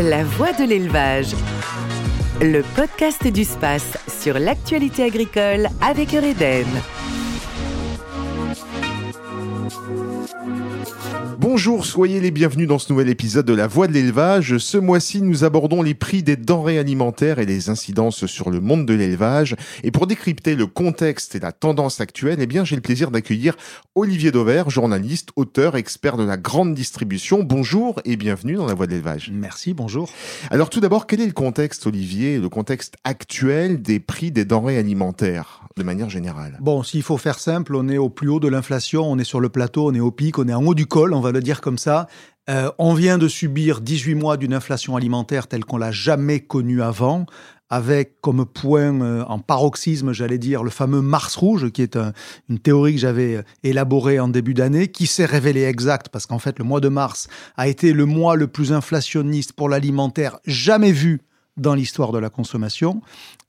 La voix de l'élevage, le podcast du SPACE sur l'actualité agricole avec Eureden. Bonjour, soyez les bienvenus dans ce nouvel épisode de La Voix de l'élevage. Ce mois-ci, nous abordons les prix des denrées alimentaires et les incidences sur le monde de l'élevage. Et pour décrypter le contexte et la tendance actuelle, j'ai le plaisir d'accueillir Olivier Dauvert, journaliste, auteur, expert de la grande distribution. Bonjour et bienvenue dans La Voix de l'élevage. Merci, bonjour. Alors tout d'abord, quel est le contexte, Olivier, le contexte actuel des prix des denrées alimentaires de manière générale? Bon, s'il faut faire simple, on est au plus haut de l'inflation, on est sur le plateau, on est au pic, on est en haut du col, on va le dire comme ça. On vient de subir 18 mois d'une inflation alimentaire telle qu'on l'a jamais connue avant, avec comme point en paroxysme, j'allais dire, le fameux Mars rouge, qui est une théorie que j'avais élaborée en début d'année, qui s'est révélée exacte, parce qu'en fait, le mois de mars a été le mois le plus inflationniste pour l'alimentaire jamais vu dans l'histoire de la consommation.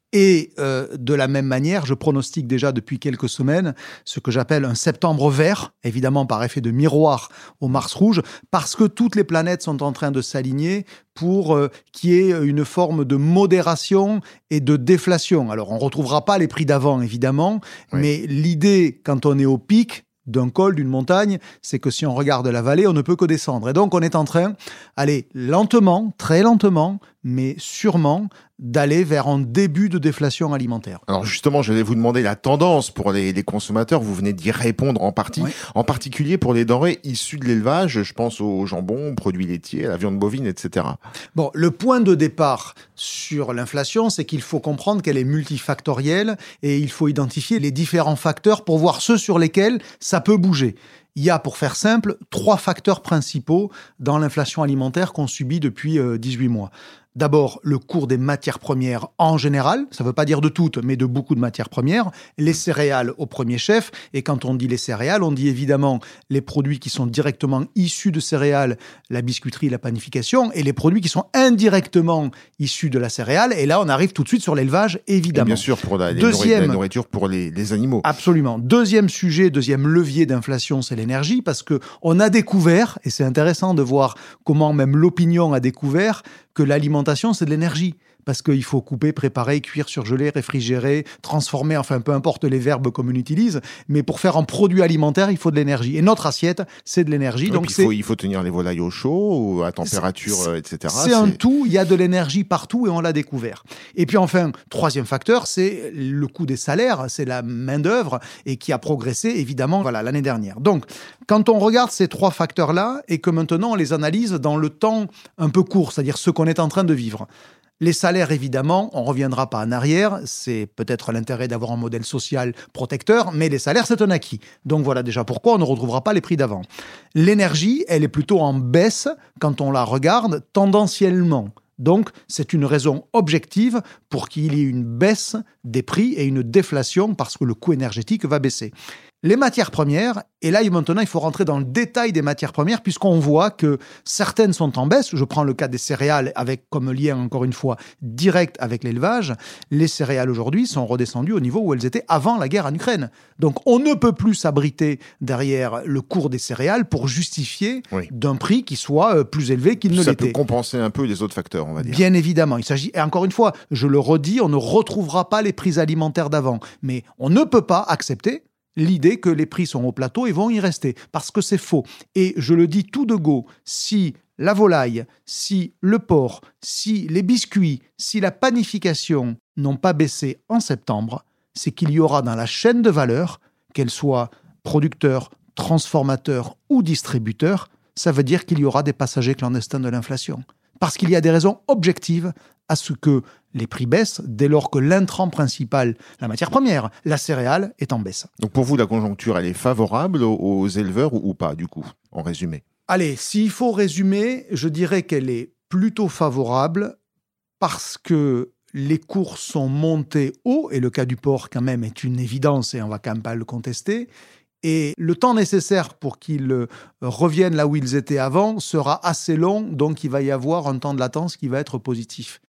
Et de la même manière, je pronostique déjà depuis quelques semaines ce que j'appelle un septembre vert, évidemment par effet de miroir au Mars rouge, parce que toutes les planètes sont en train de s'aligner pour qu'il y ait une forme de modération et de déflation. Alors on ne retrouvera pas les prix d'avant, évidemment, oui. Mais l'idée, quand on est au pic d'un col, d'une montagne, c'est que si on regarde la vallée, on ne peut que descendre. Et donc, on est en train, lentement, très lentement, mais sûrement, d'aller vers un début de déflation alimentaire. Alors justement, j'allais vous demander la tendance pour les consommateurs. Vous venez d'y répondre en partie, oui. En particulier pour les denrées issues de l'élevage. Je pense au jambon, aux produits laitiers, à la viande bovine, etc. Bon, le point de départ sur l'inflation, c'est qu'il faut comprendre qu'elle est multifactorielle et il faut identifier les différents facteurs pour voir ceux sur lesquels ça peut bouger. Il y a, pour faire simple, 3 facteurs principaux dans l'inflation alimentaire qu'on subit depuis 18 mois. D'abord, le cours des matières premières en général, ça ne veut pas dire de toutes, mais de beaucoup de matières premières, les céréales au premier chef, et quand on dit les céréales, on dit évidemment les produits qui sont directement issus de céréales, la biscuiterie, la panification, et les produits qui sont indirectement issus de la céréale, et là on arrive tout de suite sur l'élevage, évidemment. Et bien sûr, pour la nourriture pour les animaux. Absolument. Deuxième sujet, deuxième levier d'inflation, c'est l'énergie, parce qu'on a découvert, et c'est intéressant de voir comment même l'opinion a découvert, que l'alimentation, c'est de l'énergie. Parce qu'il faut couper, préparer, cuire, surgeler, réfrigérer, transformer, enfin peu importe les verbes qu'on utilise, mais pour faire un produit alimentaire, il faut de l'énergie. Et notre assiette, c'est de l'énergie. Donc il faut tenir les volailles au chaud, ou à température, etc. C'est un tout, il y a de l'énergie partout et on l'a découvert. Et puis enfin, troisième facteur, c'est le coût des salaires, c'est la main-d'œuvre et qui a progressé évidemment l'année dernière. Donc, quand on regarde ces 3 facteurs-là et que maintenant on les analyse dans le temps un peu court, c'est-à-dire ce qu'on est en train de vivre, les salaires, évidemment, on ne reviendra pas en arrière. C'est peut-être l'intérêt d'avoir un modèle social protecteur, mais les salaires, c'est un acquis. Donc voilà déjà pourquoi on ne retrouvera pas les prix d'avant. L'énergie, elle est plutôt en baisse quand on la regarde tendanciellement. Donc, c'est une raison objective pour qu'il y ait une baisse des prix et une déflation parce que le coût énergétique va baisser. Les matières premières, et là maintenant il faut rentrer dans le détail des matières premières puisqu'on voit que certaines sont en baisse. Je prends le cas des céréales avec comme lien encore une fois direct avec l'élevage. Les céréales aujourd'hui sont redescendues au niveau où elles étaient avant la guerre en Ukraine. Donc on ne peut plus s'abriter derrière le cours des céréales pour justifier d'un prix qui soit plus élevé qu'il ne l'était. Ça peut compenser un peu les autres facteurs, on va dire. Bien évidemment, il s'agit, et encore une fois, je le redis, on ne retrouvera pas les prix alimentaires d'avant. Mais on ne peut pas accepter l'idée que les prix sont au plateau et vont y rester, parce que c'est faux. Et je le dis tout de go, si la volaille, si le porc, si les biscuits, si la panification n'ont pas baissé en septembre, c'est qu'il y aura dans la chaîne de valeur, qu'elle soit producteur, transformateur ou distributeur, ça veut dire qu'il y aura des passagers clandestins de l'inflation. Parce qu'il y a des raisons objectives à ce que les prix baissent dès lors que l'intrant principal, la matière première, la céréale, est en baisse. Donc pour vous, la conjoncture, elle est favorable aux éleveurs ou pas, du coup, en résumé? Allez, s'il faut résumer, je dirais qu'elle est plutôt favorable parce que les cours sont montés haut, et le cas du porc quand même est une évidence et on va quand même pas le contester. Et le temps nécessaire pour qu'ils reviennent là où ils étaient avant sera assez long, donc il va y avoir un temps de latence qui va être positif.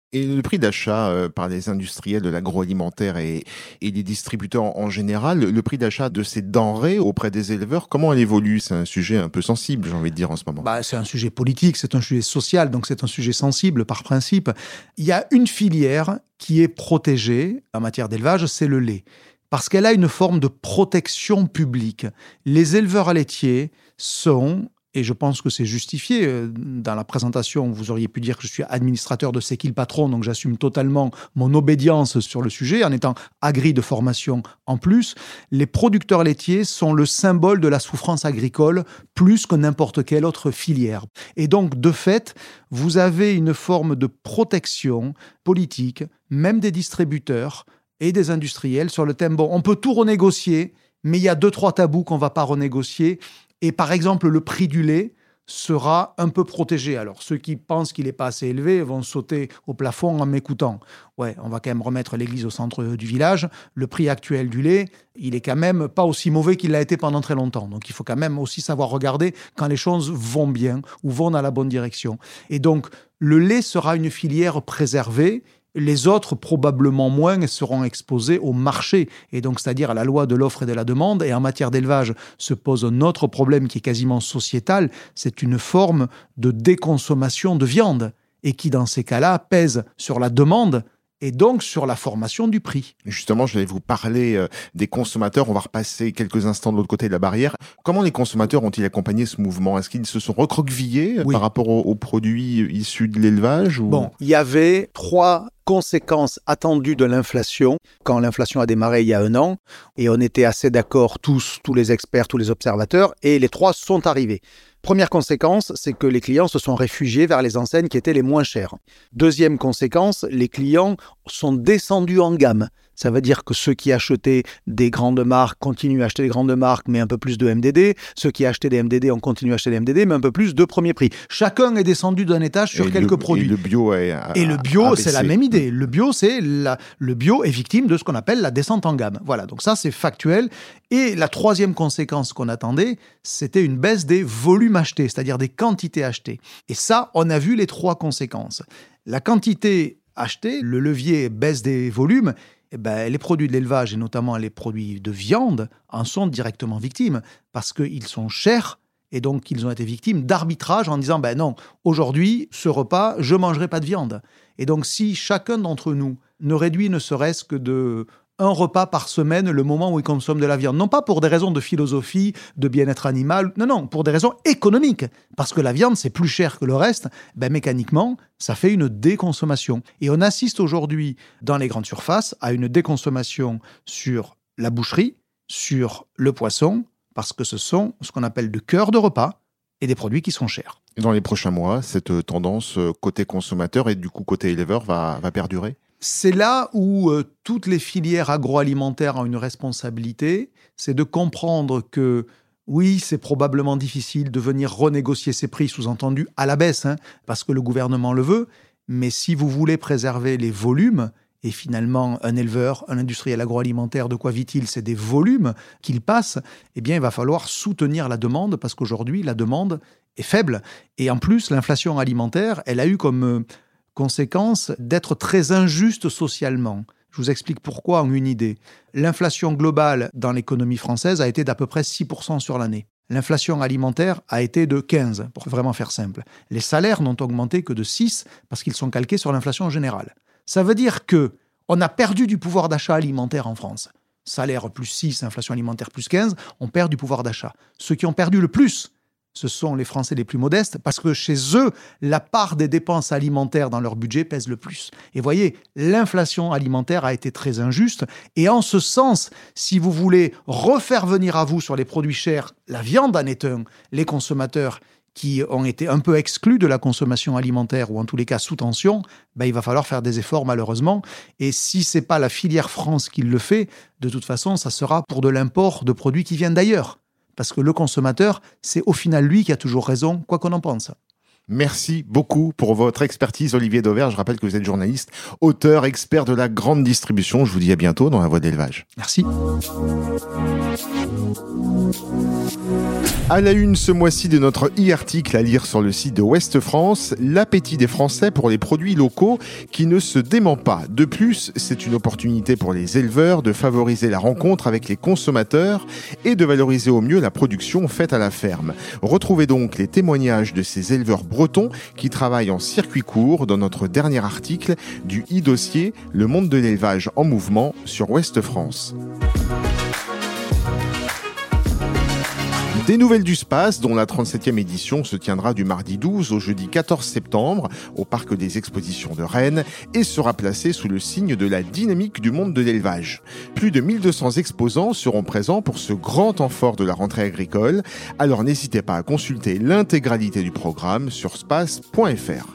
Et le prix d'achat par les industriels de l'agroalimentaire et les distributeurs en général, le prix d'achat de ces denrées auprès des éleveurs, comment elle évolue? C'est un sujet un peu sensible, j'ai envie de dire, en ce moment. C'est un sujet politique, c'est un sujet social, donc c'est un sujet sensible par principe. Il y a une filière qui est protégée en matière d'élevage, c'est le lait. Parce qu'elle a une forme de protection publique. Les éleveurs laitiers sont... Et je pense que c'est justifié. Dans la présentation, vous auriez pu dire que je suis administrateur de C'est qui le patron, donc j'assume totalement mon obédience sur le sujet, en étant agri de formation en plus. Les producteurs laitiers sont le symbole de la souffrance agricole, plus que n'importe quelle autre filière. Et donc, de fait, vous avez une forme de protection politique, même des distributeurs et des industriels, sur le thème, on peut tout renégocier, mais il y a 2-3 tabous qu'on ne va pas renégocier. Et par exemple, le prix du lait sera un peu protégé. Alors, ceux qui pensent qu'il n'est pas assez élevé vont sauter au plafond en m'écoutant. Ouais, on va quand même remettre l'église au centre du village. Le prix actuel du lait, il est quand même pas aussi mauvais qu'il l'a été pendant très longtemps. Donc, il faut quand même aussi savoir regarder quand les choses vont bien ou vont dans la bonne direction. Et donc, le lait sera une filière préservée. Les autres, probablement moins, seront exposés au marché, et donc c'est-à-dire à la loi de l'offre et de la demande. Et en matière d'élevage, se pose un autre problème qui est quasiment sociétal, c'est une forme de déconsommation de viande, et qui, dans ces cas-là, pèse sur la demande et donc sur la formation du prix. Justement, je vais vous parler des consommateurs. On va repasser quelques instants de l'autre côté de la barrière. Comment les consommateurs ont-ils accompagné ce mouvement? Est-ce qu'ils se sont recroquevillés par rapport aux produits issus de l'élevage ou... Il y avait 3 conséquences attendues de l'inflation quand l'inflation a démarré il y a 1 an, et on était assez d'accord tous les experts, tous les observateurs, et les 3 sont arrivés. Première conséquence, c'est que les clients se sont réfugiés vers les enseignes qui étaient les moins chères. Deuxième conséquence, les clients sont descendus en gamme. Ça veut dire que ceux qui achetaient des grandes marques continuent à acheter des grandes marques, mais un peu plus de MDD. Ceux qui achetaient des MDD ont continué à acheter des MDD, mais un peu plus de premier prix. Chacun est descendu d'un étage sur quelques produits. Et le bio le bio, c'est la même idée. Le bio, le bio est victime de ce qu'on appelle la descente en gamme. Voilà, donc ça, c'est factuel. Et la troisième conséquence qu'on attendait, c'était une baisse des volumes achetés, c'est-à-dire des quantités achetées. Et ça, on a vu les 3 conséquences. La quantité achetée, le levier baisse des volumes, les produits de l'élevage, et notamment les produits de viande, en sont directement victimes, parce qu'ils sont chers, et donc ils ont été victimes d'arbitrage en disant non, aujourd'hui, ce repas, je ne mangerai pas de viande. Et donc si chacun d'entre nous ne réduit ne serait-ce que de 1 repas par semaine le moment où il consomme de la viande, non pas pour des raisons de philosophie, de bien-être animal, non, pour des raisons économiques, parce que la viande, c'est plus cher que le reste, mécaniquement, ça fait une déconsommation. Et on assiste aujourd'hui, dans les grandes surfaces, à une déconsommation sur la boucherie, sur le poisson, parce que ce sont ce qu'on appelle de cœur de repas et des produits qui sont chers. Et dans les prochains mois, cette tendance côté consommateur et du coup côté éleveur va perdurer? C'est là où toutes les filières agroalimentaires ont une responsabilité, c'est de comprendre que oui, c'est probablement difficile de venir renégocier ces prix, sous-entendu à la baisse, parce que le gouvernement le veut, mais si vous voulez préserver les volumes, et finalement un éleveur, un industriel agroalimentaire, de quoi vit-il? C'est des volumes qu'il passe, il va falloir soutenir la demande, parce qu'aujourd'hui, la demande est faible. Et en plus, l'inflation alimentaire, elle a eu comme conséquence d'être très injuste socialement. Je vous explique pourquoi en une idée. L'inflation globale dans l'économie française a été d'à peu près 6% sur l'année. L'inflation alimentaire a été de 15%, pour vraiment faire simple. Les salaires n'ont augmenté que de 6% parce qu'ils sont calqués sur l'inflation générale. Ça veut dire qu'on a perdu du pouvoir d'achat alimentaire en France. Salaire plus 6, inflation alimentaire plus 15, on perd du pouvoir d'achat. Ceux qui ont perdu le plus, ce sont les Français les plus modestes, parce que chez eux, la part des dépenses alimentaires dans leur budget pèse le plus. Et voyez, l'inflation alimentaire a été très injuste, et en ce sens, si vous voulez refaire venir à vous sur les produits chers, la viande en est un, les consommateurs qui ont été un peu exclus de la consommation alimentaire, ou en tous les cas sous tension, il va falloir faire des efforts malheureusement, et si ce n'est pas la filière France qui le fait, de toute façon, ça sera pour de l'import de produits qui viennent d'ailleurs. Parce que le consommateur, c'est au final lui qui a toujours raison, quoi qu'on en pense. Merci beaucoup pour votre expertise, Olivier Dauvert. Je rappelle que vous êtes journaliste, auteur, expert de la grande distribution. Je vous dis à bientôt dans La Voix de l'élevage. Merci. À la une ce mois-ci de notre e-article à lire sur le site de Ouest France, l'appétit des Français pour les produits locaux qui ne se dément pas. De plus, c'est une opportunité pour les éleveurs de favoriser la rencontre avec les consommateurs et de valoriser au mieux la production faite à la ferme. Retrouvez donc les témoignages de ces éleveurs bretons qui travaillent en circuit court dans notre dernier article du e-dossier Le monde de l'élevage en mouvement sur Ouest France. Des nouvelles du Space, dont la 37e édition se tiendra du mardi 12 au jeudi 14 septembre au Parc des Expositions de Rennes et sera placée sous le signe de la dynamique du monde de l'élevage. Plus de 1200 exposants seront présents pour ce grand temps fort de la rentrée agricole, alors n'hésitez pas à consulter l'intégralité du programme sur space.fr.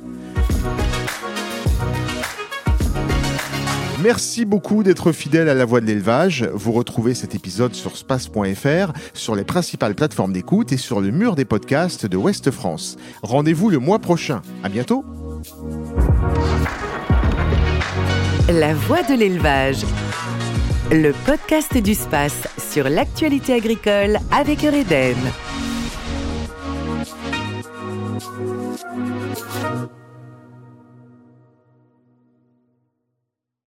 Merci beaucoup d'être fidèle à La Voix de l'élevage. Vous retrouvez cet épisode sur space.fr, sur les principales plateformes d'écoute et sur le mur des podcasts de Ouest France. Rendez-vous le mois prochain. À bientôt. La Voix de l'élevage, le podcast du Space sur l'actualité agricole avec Eureden.